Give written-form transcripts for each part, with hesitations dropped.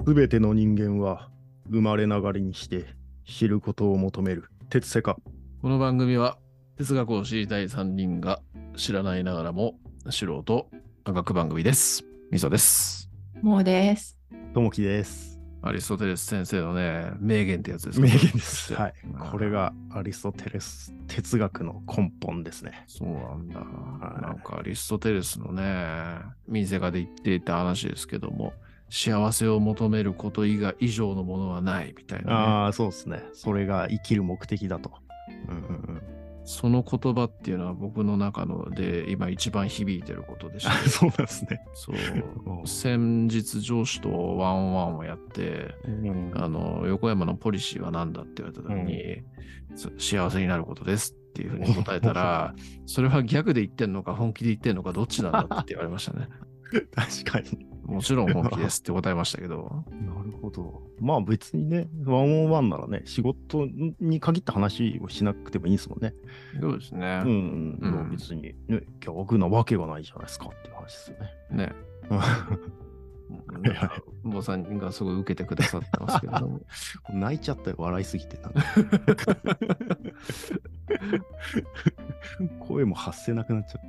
すべての人間は生まれながらにして知ることを求める。哲世か。 この番組は哲学を知りたい3人が知らないながらも素人学番組です。みそです。 もうです。 ともきです。 アリストテレス先生のね、名言ってやつですか。 名言です。はい。これがアリストテレス哲学の根本ですね。 そうなんだ。なんかアリストテレスのね、民生画で言っていた話ですけども、幸せを求めること以上のものはないみたいな、ね。 ああ、そうですね。それが生きる目的だと。 その言葉っていうのは僕の中ので今一番響いてることでした、ね。 そうなんですね。 そう。先日上司とワンオンワンをやって、横山のポリシーは何だって言われた時に、幸せになることですっていうふうに答えたら、それはギャグで言ってんのか本気で言ってんのかどっちなんだって言われましたね。 確かに。 もちろん本気ですって答えましたけど。 なるほど。まあ別にね、ワンオンワンならね、仕事に限った話をしなくてもいいんですもんね。 そうですね。 別に、ね、逆なわけがないじゃないですかっていう話ですよね。 ね。坊さんがすごい受けてくださってますけれども。 泣いちゃったよ、笑いすぎて。声も発せなくなっちゃった。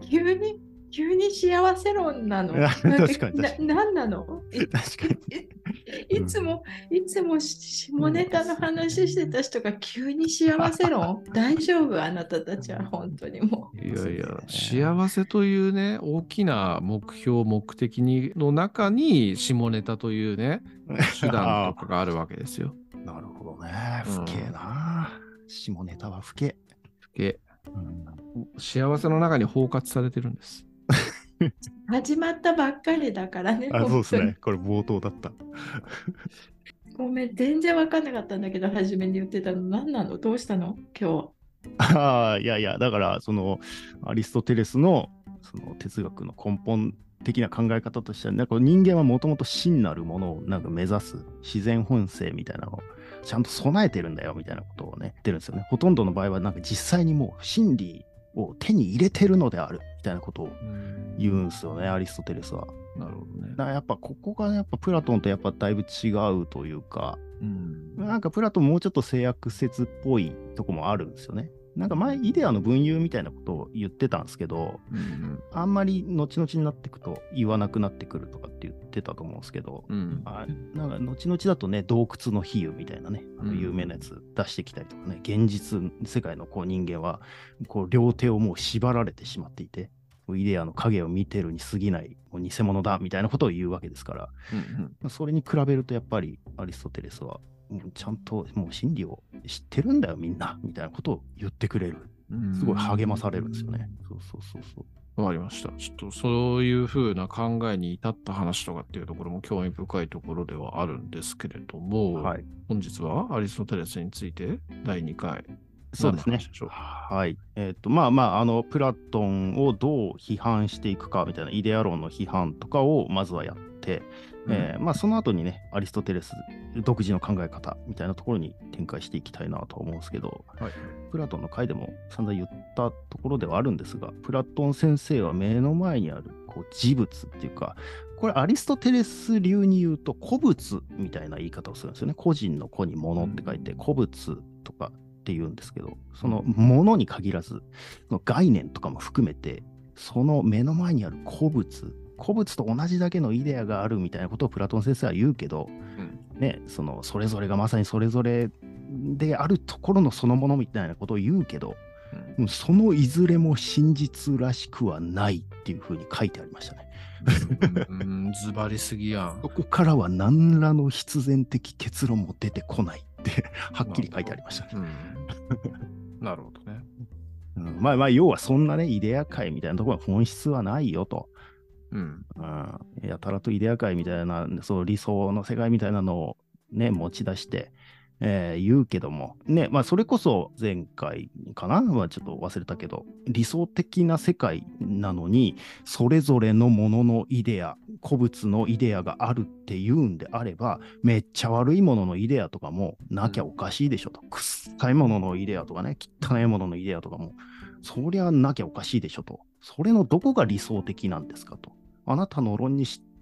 急に幸せ論なの。 確かに。 何なの？ 確かに。 いつも下ネタの話してた人が急に幸せ論大丈夫？あなたたちは本当にもう。 いやいや、幸せというね、大きな目標、目的の中に下ネタというね、手段とかがあるわけですよ。 なるほどね。不敬な。下ネタは不敬。 不敬。幸せの中に包括されてるんです。 始まったばっかりだからね。 そうですね。これ冒頭だった。 ごめん、全然分かんなかったんだけど、初めに言ってたの何なの？どうしたの今日。いや、だからアリストテレスのその哲学の根本的な考え方としては、なんか人間はもともと真なるものをなんか目指す自然本性みたいなのをちゃんと備えてるんだよみたいなことをね言ってるんですよね。ほとんどの場合はなんか実際にもう真理を手に入れてるのであるみたいなことを言うんですよね、アリストテレスは。 なるほどね。 だからやっぱここがやっぱプラトンとやっぱだいぶ違うというか、なんかプラトンもうちょっと性悪説っぽいとこもあるんですよね。なんか前イデアの分有みたいなことを言ってたんですけど、あんまり後々になっていくと言わなくなってくるとかって言ってたと思うんですけど、なんか後々だとね、洞窟の比喩みたいなね、有名なやつ出してきたりとかね、現実世界のこう人間はこう両手をもう縛られてしまっていて、イデアの影を見てるに過ぎないもう偽物だみたいなことを言うわけですから、それに比べるとやっぱりアリストテレスはちゃんともう真理を知ってるんだよみんなみたいなことを言ってくれる。すごい励まされるんですよね。そうわかりました。ちょっとそういうふうな考えに至った話とかっていうところも興味深いところではあるんですけれども、本日はアリストテレスについて第2回。 そうですね。はい。プラトンをどう批判していくかみたいなイデア論の批判とかをまずはやって、その後にね、アリストテレス独自の考え方みたいなところに展開していきたいなと思うんですけど、プラトンの回でも散々言ったところではあるんですが、プラトン先生は目の前にあるこう事物っていうか、これアリストテレス流に言うと古物みたいな言い方をするんですよね。個人の個に物って書いて古物とかって言うんですけど、そのものに限らず、その概念とかも含めて、その目の前にある古物と同じだけのイデアがあるみたいなことをプラトン先生は言うけど、それぞれがまさにそれぞれであるところのそのものみたいなことを言うけど、そのいずれも真実らしくはないっていうふうに書いてありましたね。 ズバリすぎやん。 そこからは何らの必然的結論も出てこないってはっきり書いてありましたね。 なるほどね。 要はそんなね、イデア界みたいなところは本質はないよと。やたらとイデア界みたいな、そう理想の世界みたいなのをね、持ち出して、言うけども、ね、それこそ前回かな、ちょっと忘れたけど、理想的な世界なのに、それぞれのもののイデア、古物のイデアがあるっていうんであれば、めっちゃ悪いもののイデアとかもなきゃおかしいでしょと。臭いもののイデアとかね、汚いもののイデアとかも、そりゃなきゃおかしいでしょと。それのどこが理想的なんですかと。あなたの論に従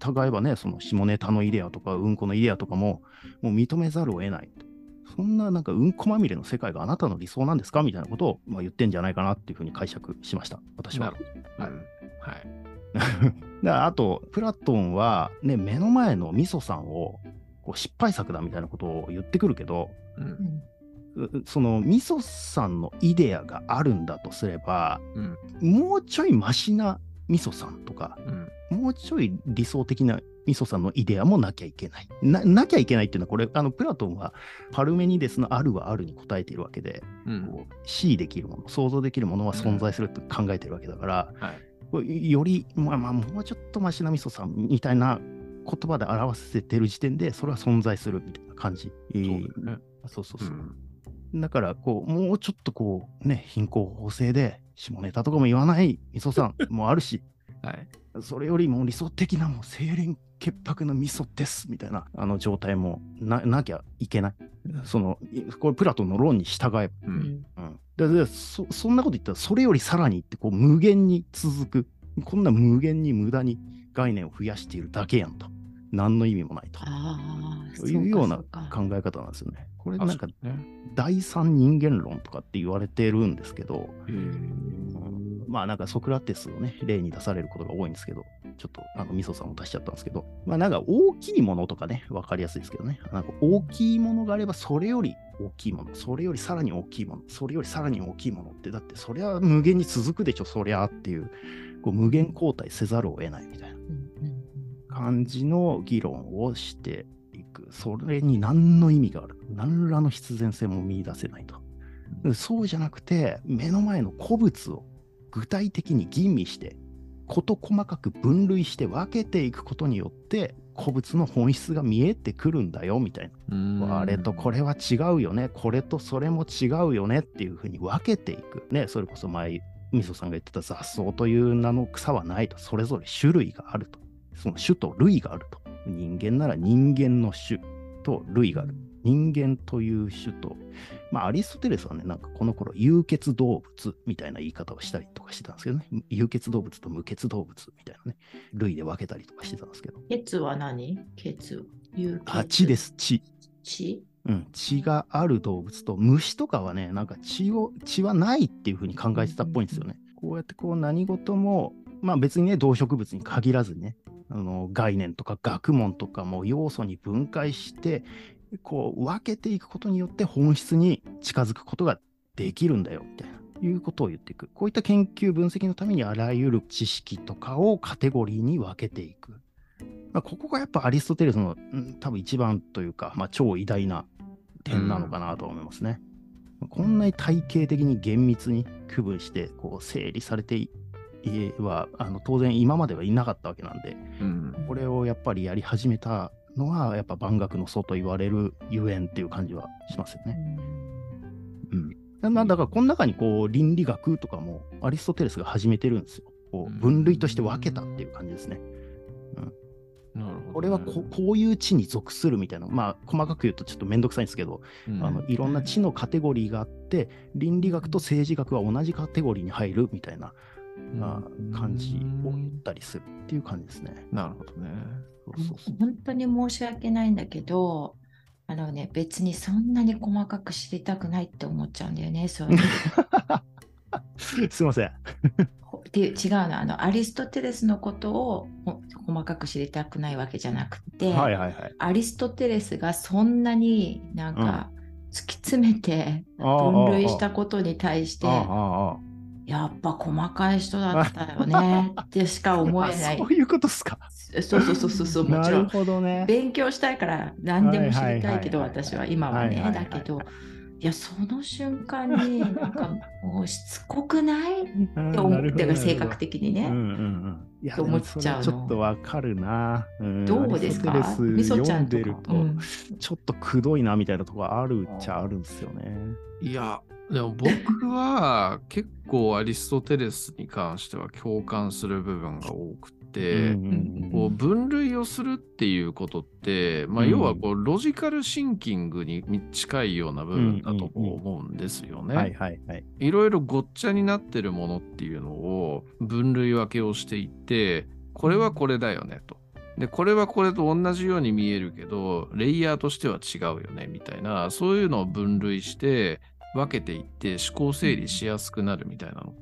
従えばね、その下ネタのイデアとかうんこのイデアとかももう認めざるを得ない。そんななんかうんこまみれの世界があなたの理想なんですかみたいなことを言ってんじゃないかなっていうふうに解釈しました、私は。 はい。 あと、プラトンは、ね、目の前のミソさんをこう失敗作だみたいなことを言ってくるけど、そのミソさんのイデアがあるんだとすれば、もうちょいマシなミソさんとか、もうちょい理想的なミソさんのイデアもなきゃいけない。なきゃいけないっていうのは、これプラトンはパルメニデスのあるはあるに答えているわけで、こう視できるもの、想像できるものは存在すると考えているわけだから、より、もうちょっとマシなミソさんみたいな言葉で表せてる時点で、それは存在するみたいな感じ。そう。だからもうちょっと貧困法制で下ネタとかも言わないミソさんもあるし、それよりも理想的な清廉潔白なミソですみたいな状態も なきゃいけない。これプラトンの論に従えば、そんなこと言ったらそれよりさらにって無限に続く、こんな無限に無駄に概念を増やしているだけやんと、何の意味もないというような考え方なんですよね。これなんか第三人間論とかって言われてるんですけど、なんかソクラテスをね例に出されることが多いんですけど、ちょっとミソさんも出しちゃったんですけど、なんか大きいものとかね分かりやすいですけどね、なんか大きいものがあればそれより大きいもの、それよりさらに大きいもの、それよりさらに大きいものって、だってそれは無限に続くでしょそりゃっていう、無限交代せざるを得ないみたいな感じの議論をしていく。それに何の意味がある、何らの必然性も見出せないと。そうじゃなくて、目の前の古物を具体的に吟味して事細かく分類して分けていくことによって古物の本質が見えてくるんだよみたいな、あれとこれは違うよね、これとそれも違うよねっていうふうに分けていくね。それこそ前みそさんが言ってた雑草という名の草はないと、それぞれ種類があると、その種と類があると、人間なら人間の種と類がある、人間という種と、アリストテレスはね、なんかこの頃有血動物みたいな言い方をしたりとかしてたんですけどね、有血動物と無血動物みたいなね、類で分けたりとかしてたんですけど。 血は何？血。 血です、血。 血？ 血がある動物と、虫とかはね、なんか血はないっていうふうに考えてたっぽいんですよね。こうやって何事も、別にね、動植物に限らずにね、概念とか学問とかも要素に分解して分けていくことによって本質に近づくことができるんだよみたいないうことを言っていく。こういった研究分析のためにあらゆる知識とかをカテゴリーに分けていく。ここがやっぱアリストテレスの多分一番というか、超偉大な点なのかなと思いますね。こんなに体系的に厳密に区分して整理されては当然今まではいなかったわけなんで、これをやっぱりやり始めたのはやっぱ万学の祖と言われるゆえんっていう感じはしますよね。だからこの中に倫理学とかもアリストテレスが始めてるんですよ。分類として分けたっていう感じですね。 なるほどね。 これはこういう知に属するみたいな、細かく言うとちょっとめんどくさいんですけど、いろんな知のカテゴリーがあって、倫理学と政治学は同じカテゴリーに入るみたいな感じを言ったりするっていう感じですね。 なるほどね。 本当に申し訳ないんだけど、別にそんなに細かく知りたくないって思っちゃうんだよね、そういうすいません。 違うの、アリストテレスのことを細かく知りたくないわけじゃなくて、アリストテレスがそんなになんか突き詰めて分類したことに対して、やっぱ細かい人だったよねってしか思えない。 そういうことですか。 そう、もちろん。 なるほどね。 勉強したいから何でも知りたいけど、私は今はね、だけど、いや、その瞬間になんかもうしつこくないって思ってる、性格的にね。と思っちゃうの。 ちょっとわかるな。 どうですか？みそちゃんとか。 ちょっとくどいなみたいなところあるっちゃあるんですよね。 いや、でも僕は結構アリストテレスに関しては共感する部分が多くて、分類をするっていうことって、要はロジカルシンキングに近いような部分だと思うんですよね。いろいろごっちゃになってるものっていうのを分類分けをしていって、これはこれだよねと。 で、これはこれと同じように見えるけど、レイヤーとしては違うよね、みたいな、そういうのを分類して分けていって思考整理しやすくなるみたいなのって、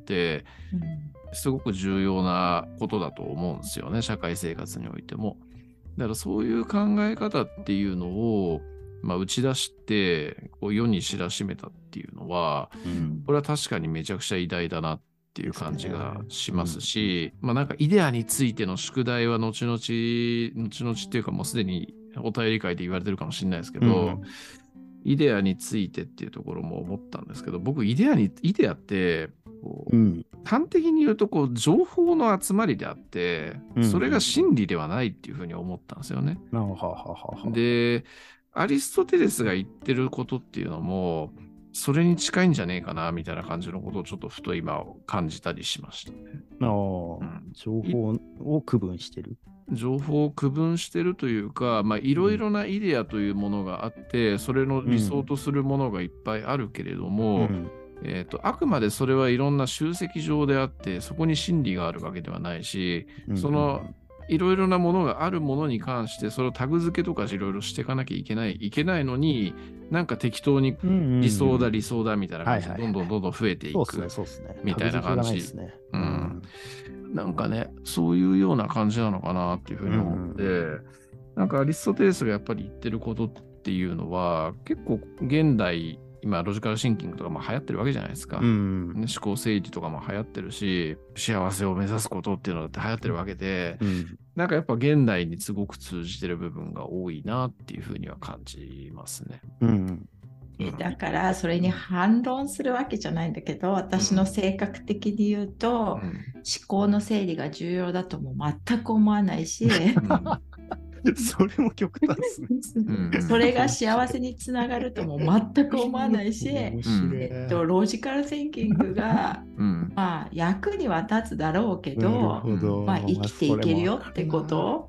すごく重要なことだと思うんですよね、社会生活においても。だからそういう考え方っていうのを、打ち出してこう世に知らしめたっていうのは、これは確かにめちゃくちゃ偉大だなっていう感じがしますし、なんかイデアについての宿題は後々っていうかもうすでにお便り会で言われてるかもしれないですけど、イデアについてっていうところも思ったんですけど、僕イデアって端的に言うとこう情報の集まりであって、それが真理ではないっていうふうに思ったんですよね。で、アリストテレスが言ってることっていうのもそれに近いんじゃねえかなみたいな感じのことをちょっとふと今感じたりしましたね。 情報を区分してる。 情報を区分してるというか、いろいろなイデアというものがあって、それの理想とするものがいっぱいあるけれども、あくまでそれはいろんな集積上であって、そこに真理があるわけではないし、そのいろいろなものがあるものに関して、それをタグ付けとかいろいろしていかなきゃいけないのに、なんか適当に理想だみたいな感じでどんどん増えていくみたいな感じ。なんかね、そういうような感じなのかなっていうふうに思って、なんかアリストテレスがやっぱり言ってることっていうのは、結構現代、今ロジカルシンキングとかも流行ってるわけじゃないですか。思考整理とかも流行ってるし、幸せを目指すことっていうのだって流行ってるわけで、なんかやっぱ現代にすごく通じてる部分が多いなっていうふうには感じますね。 だからそれに反論するわけじゃないんだけど、私の性格的に言うと、思考の整理が重要だとも全く思わないし、 それも極端ですね。 それが幸せにつながるとも全く思わないし、ロジカルシンキングが、役には立つだろうけど、生きていけるよってこと、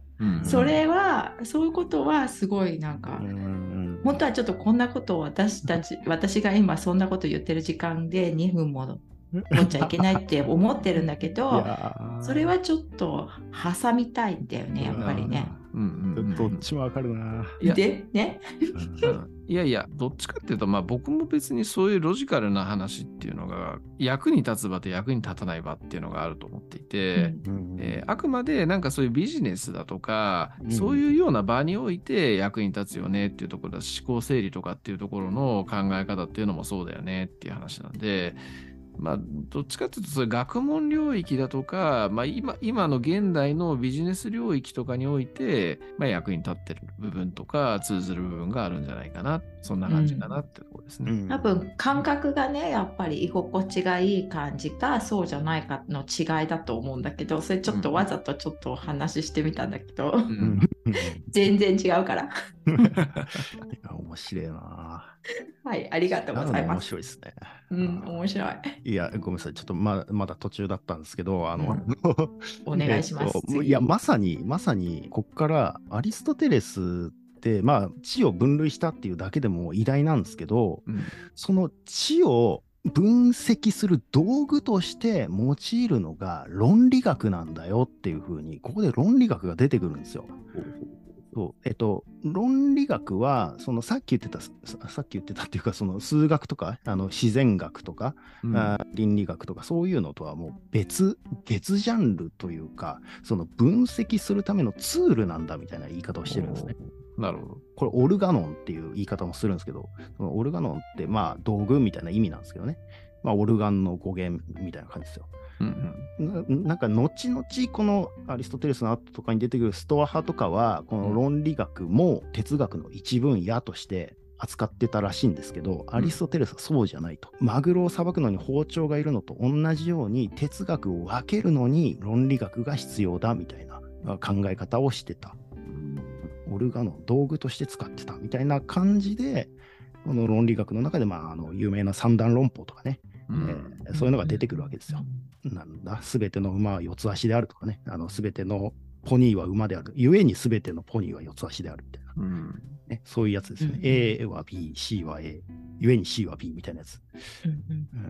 そういうことはすごいなんか、本当はちょっとこんなことを私が今そんなこと言ってる時間で2分も持っちゃいけないって思ってるんだけど、それはちょっと挟みたいんだよね、やっぱりね。 どっちもわかるな。 でね。 いや、どっちかっていうと、僕も別にそういうロジカルな話っていうのが役に立つ場と役に立たない場っていうのがあると思っていて、あくまでなんかそういうビジネスだとか、そういうような場において役に立つよねっていうところだし、思考整理とかっていうところの考え方っていうのもそうだよねっていう話なんで、どっちかというとそれ学問領域だとか、今の現代のビジネス領域とかにおいて、役に立ってる部分とか通ずる部分があるんじゃないかな、そんな感じかなってところですね。 多分感覚がね、やっぱり居心地がいい感じかそうじゃないかの違いだと思うんだけど、それちょっとわざとちょっとお話ししてみたんだけど、全然違うから面白いな。 はい、ありがとうございます。 面白いですね。 面白い。 いや、ごめんなさい。ちょっとまだ途中だったんですけど、 お願いします。 いや、まさに、ここからアリストテレスって、知を分類したっていうだけでも偉大なんですけど、その知を分析する道具として用いるのが論理学なんだよっていうふうに、ここで論理学が出てくるんですよ。論理学はさっき言ってたっていうか、その数学とか自然学とか、倫理学とかそういうのとはもう別ジャンルというか、その分析するためのツールなんだみたいな言い方をしてるんですね。 なるほど。 これオルガノンっていう言い方もするんですけど、そのオルガノンって道具みたいな意味なんですけどね。オルガンの語源みたいな感じですよ。なんか後々このアリストテレスの後とかに出てくるストア派とかはこの論理学も哲学の一分野として扱ってたらしいんですけど、アリストテレスはそうじゃないと。マグロをさばくのに包丁がいるのと同じように哲学を分けるのに論理学が必要だみたいな考え方をしてた。オルガノン道具として使ってたみたいな感じで、この論理学の中で有名な三段論法とかね、そういうのが出てくるわけですよ。なんだ、すべての馬は四つ足であるとかね、すべてのポニーは馬である、ゆえにすべてのポニーは四つ足であるみたいな、そういうやつですよね。A は B、C は A、ゆえに C は B みたいなやつ。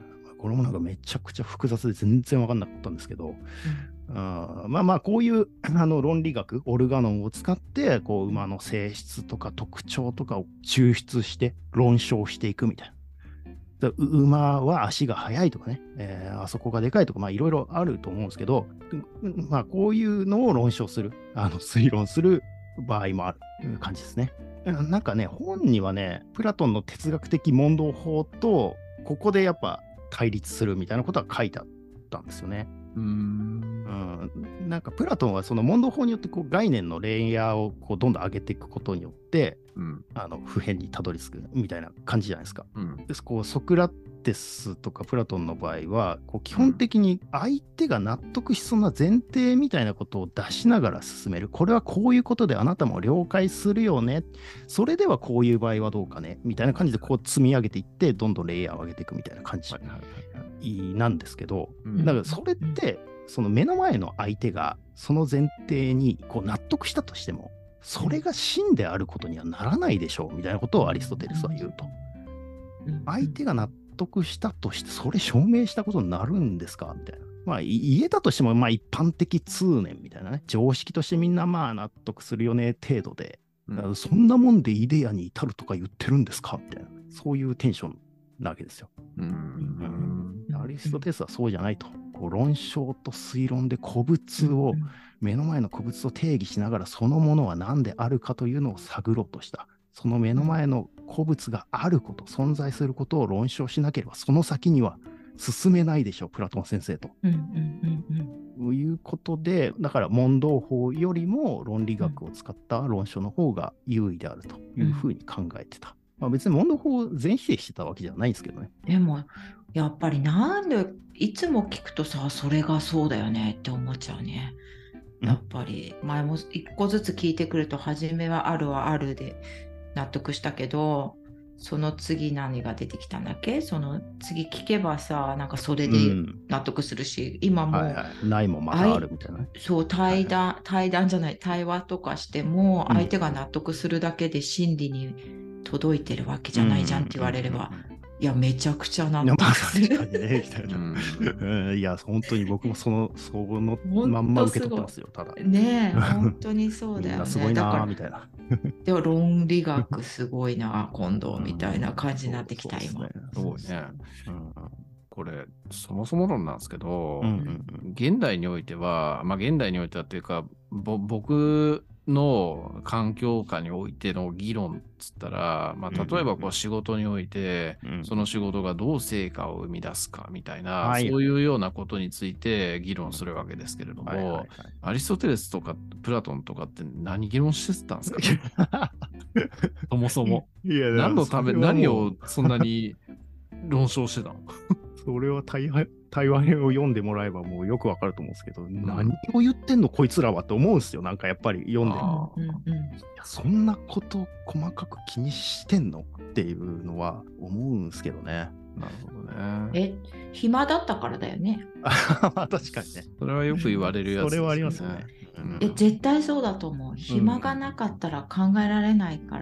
これもなんかめちゃくちゃ複雑で全然分かんなかったんですけど、まあこういう論理学、オルガノンを使ってこう馬の性質とか特徴とかを抽出して論証していくみたいな。馬は足が速いとかね、あそこがでかいとか、まあいろいろあると思うんですけど、まあこういうのを論証する、推論する場合もある感じですね。なんかね、本にはね、プラトンの哲学的問答法と、ここでやっぱ対立するみたいなことは書いてあったんですよね。なんかプラトンはその問答法によってこう概念のレイヤーをこうどんどん上げていくことによって、普遍にたどり着くみたいな感じじゃないですか。こうソクラテスとかプラトンの場合はこう基本的に相手が納得しそうな前提みたいなことを出しながら進める。これはこういうことであなたも了解するよね。それではこういう場合はどうかねみたいな感じでこう積み上げていってどんどんレイヤーを上げていくみたいな感じなんですけど、だからそれってその目の前の相手がその前提にこう納得したとしてもそれが真であることにはならないでしょうみたいなことをアリストテレスは言うと。相手が納得したとしてそれ証明したことになるんですかみたいな。まあ言えたとしてもまあ一般的通念みたいなね、常識としてみんなまあ納得するよね程度で、そんなもんでイデアに至るとか言ってるんですかみたいな、そういうテンションなわけですよ。アリストテレスはそうじゃないと。こう論証と推論で古物を、目の前の古物を定義しながらそのものは何であるかというのを探ろうとした。その目の前の古物があること、存在することを論証しなければその先には進めないでしょう、プラトン先生と。ということで、だから問答法よりも論理学を使った論証の方が優位であるというふうに考えてた。まあ、別に問答法を全否定してたわけじゃないんですけどね。 でもやっぱりなんでいつも聞くとさ、それがそうだよねって思っちゃうね。やっぱり前も一個ずつ聞いてくると初めはあるはあるで納得したけど、その次何が出てきたんだっけ、その次聞けばさ、なんかそれで納得するし、今も、 ないもまたあるみたいなね。 そう対談じゃない、対話とかしても相手が納得するだけで真理に届いてるわけじゃないじゃんって言われれば、いやめちゃくちゃ納得する。 いや本当に僕もそのまんま受け取ってますよ。ただねえ本当にそうだよね。 すごいなみたいな。 でも論理学すごいな今度みたいな感じになってきた今。 すごいね。これそもそも論なんですけど、現代においては、まあ現代においてはっていうか僕の環境下においての議論っつったら、まあ、例えばこう仕事において、その仕事がどう成果を生み出すかみたいな、そういうようなことについて議論するわけですけれども、アリストテレスとかプラトンとかって何議論してたんですかそもそも。何のため、何をそんなに論証してたのそれは対話編を読んでもらえばもうよくわかると思うんですけど、何を言ってんのこいつらはって思うんですよ。なんかやっぱり読んでも、いやそんなこと細かく気にしてんのっていうのは思うんですけどね。 なるほどね。 暇だったからだよね。 確かにね。 それはよく言われるやつですね。 それはありますよね。 絶対そうだと思う。暇がなかったら考えられないから、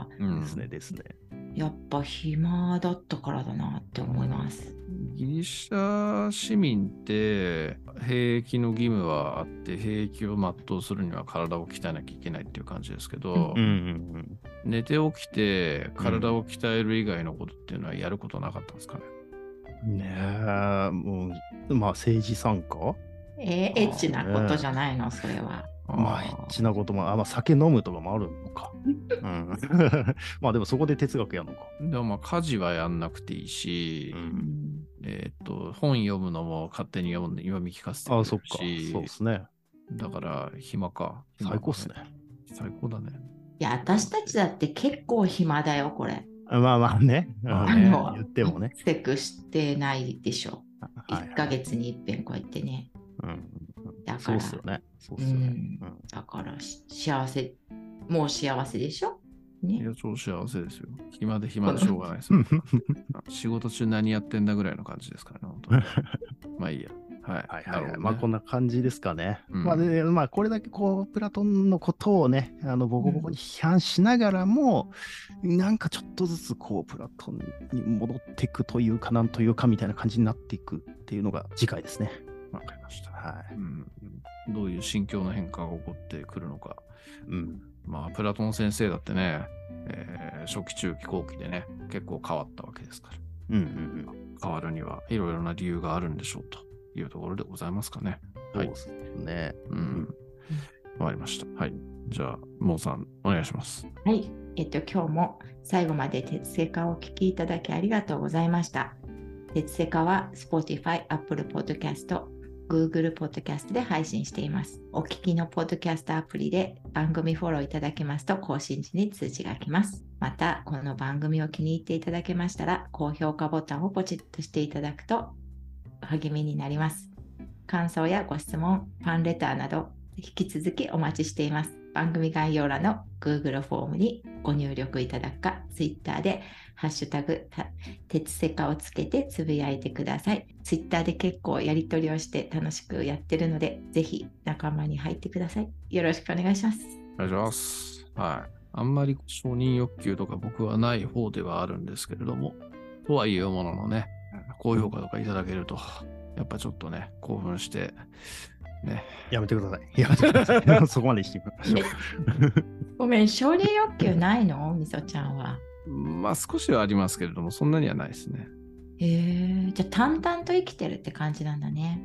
ですね。 やっぱ暇だったからだなって思います。 ギリシャ市民って兵役の義務はあって兵役を全うするには体を鍛えなきゃいけないっていう感じですけど、寝て起きて体を鍛える以外のことっていうのはやることなかったんですかね。 ねえ、もうまあ政治参加エッチなことじゃないのそれは。 まあエッチなこともまあ酒飲むとかもあるのか。まあでもそこで哲学やるのか。 でもまあ家事はやんなくていいし、本読むのも勝手に読み聞かせてくれるし。 そっか。そうですね。 だから暇か。 最高っすね。 最高だね。 いや私たちだって結構暇だよこれ。 まあね。言ってもね。 セクしてないでしょ。1ヶ月に一遍こうやってね。だからそうっすよね。 だからもう幸せでしょ、ね、 いや超幸せですよ。暇で暇でしょうがないですよ。仕事中何やってんだぐらいの感じですからね。本当にまあいいや。 はい。ね、 まあこんな感じですかね。まあこれだけこうプラトンのことをね、ボコボコに批判しながらも、なんかちょっとずつこうプラトンに戻っていくというかなんというかみたいな感じになっていくっていうのが次回ですね。 わかりました。はい。どういう心境の変化が起こってくるのか。まあプラトン先生だってね、初期中期後期でね、結構変わったわけですから。変わるにはいろいろな理由があるんでしょうというところでございますかね。 そうですね。 わかりました。はい。じゃあ、モーさん、お願いします。 はい。今日も最後まで鉄セカをお聞きいただきありがとうございました。鉄セカは Spotify、Apple Podcast、Google Podcast で配信しています。お聞きのポッドキャストアプリで番組フォローいただけますと更新時に通知が来ます。また、この番組を気に入っていただけましたら、高評価ボタンをポチッとしていただくと励みになります。感想やご質問、ファンレターなど引き続きお待ちしています。番組概要欄の Google フォームにご入力いただくか、Twitter でハッシュタグ鉄セカをつけてつぶやいてください。Twitter で結構やり取りをして楽しくやってるので、ぜひ仲間に入ってください。よろしくお願いします。 お願いします。はい。あんまり承認欲求とか僕はない方ではあるんですけれども、とはいえもののね、高評価とかいただけると、やっぱちょっとね、興奮して、ね。 やめてください。やめてください。そこまでしてみましょう。 ごめん、承認欲求ないのみそちゃんは。 まあ少しはありますけれども、そんなにはないですね。 じゃあ淡々と生きてるって感じなんだね。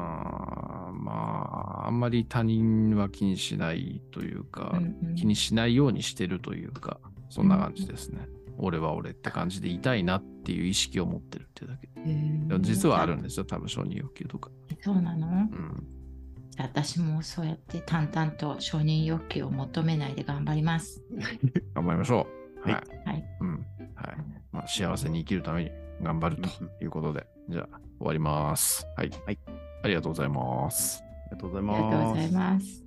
まあ、あんまり他人は気にしないというか、気にしないようにしてるというか、そんな感じですね。俺は俺って感じでいたいなっていう意識を持ってるってだけ。実はあるんですよ、多分承認欲求とか。 そうなの？じゃあ私もそうやって淡々と承認欲求を求めないで頑張ります。 頑張りましょう。 はい。 まあ、幸せに生きるために頑張るということで、じゃあ終わります。はい。ありがとうございます。 ありがとうございます。